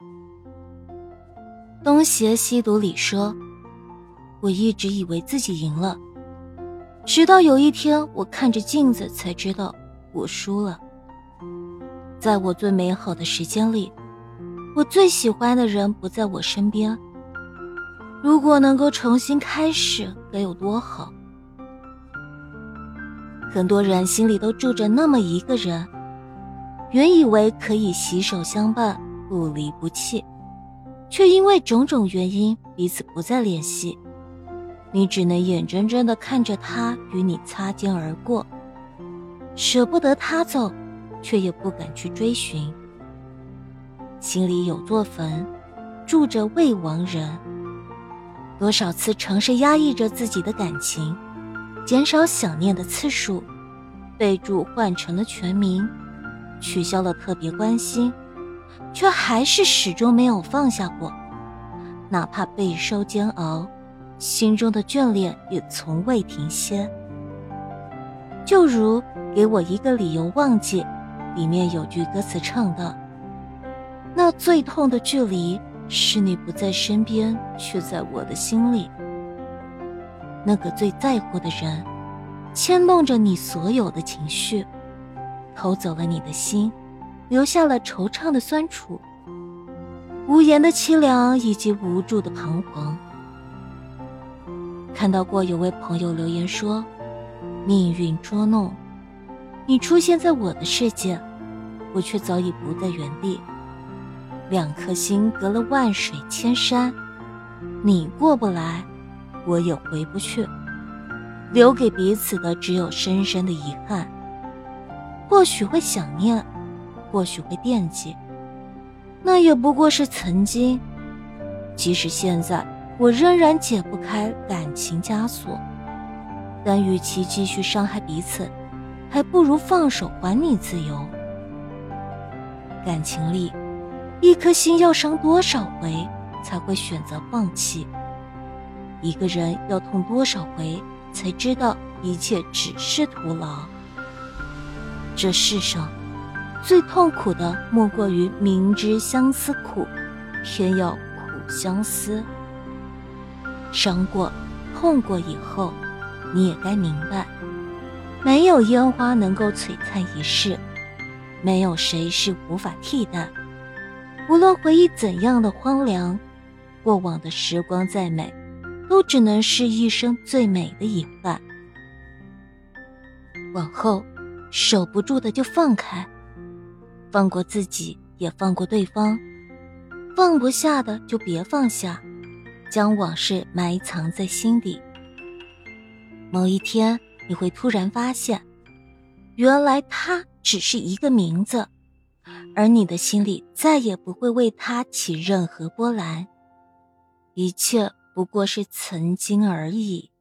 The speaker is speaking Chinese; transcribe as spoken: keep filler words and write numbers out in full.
东邪西毒里说，我一直以为自己赢了，直到有一天我看着镜子才知道我输了。在我最美好的时间里，我最喜欢的人不在我身边，如果能够重新开始该有多好。很多人心里都住着那么一个人，原以为可以携手相伴不离不弃，却因为种种原因彼此不再联系，你只能眼睁睁地看着他与你擦肩而过，舍不得他走，却也不敢去追寻。心里有座坟，住着未亡人。多少次尝试压抑着自己的感情，减少想念的次数，备注换成了全名，取消了特别关心，却还是始终没有放下过。哪怕备受煎熬，心中的眷恋也从未停歇。就如给我一个理由忘记，里面有句歌词唱道，那最痛的距离是你不在身边，却在我的心里。那个最在乎的人牵动着你所有的情绪，偷走了你的心，留下了惆怅的酸楚，无言的凄凉以及无助的彷徨。看到过有位朋友留言说，命运捉弄你，出现在我的世界，我却早已不在原地。两颗心隔了万水千山，你过不来，我也回不去，留给彼此的只有深深的遗憾。或许会想念，或许会惦记，那也不过是曾经。即使现在我仍然解不开感情枷锁，但与其继续伤害彼此，还不如放手还你自由。感情里，一颗心要伤多少回才会选择放弃？一个人要痛多少回才知道一切只是徒劳？这世上最痛苦的莫过于明知相思苦，偏要苦相思。伤过痛过以后，你也该明白，没有烟花能够璀璨一世，没有谁是无法替代。无论回忆怎样的荒凉，过往的时光再美，都只能是一生最美的遗憾。往后守不住的就放开，放过自己，也放过对方。放不下的就别放下，将往事埋藏在心底。某一天你会突然发现，原来他只是一个名字，而你的心里再也不会为他起任何波澜，一切不过是曾经而已。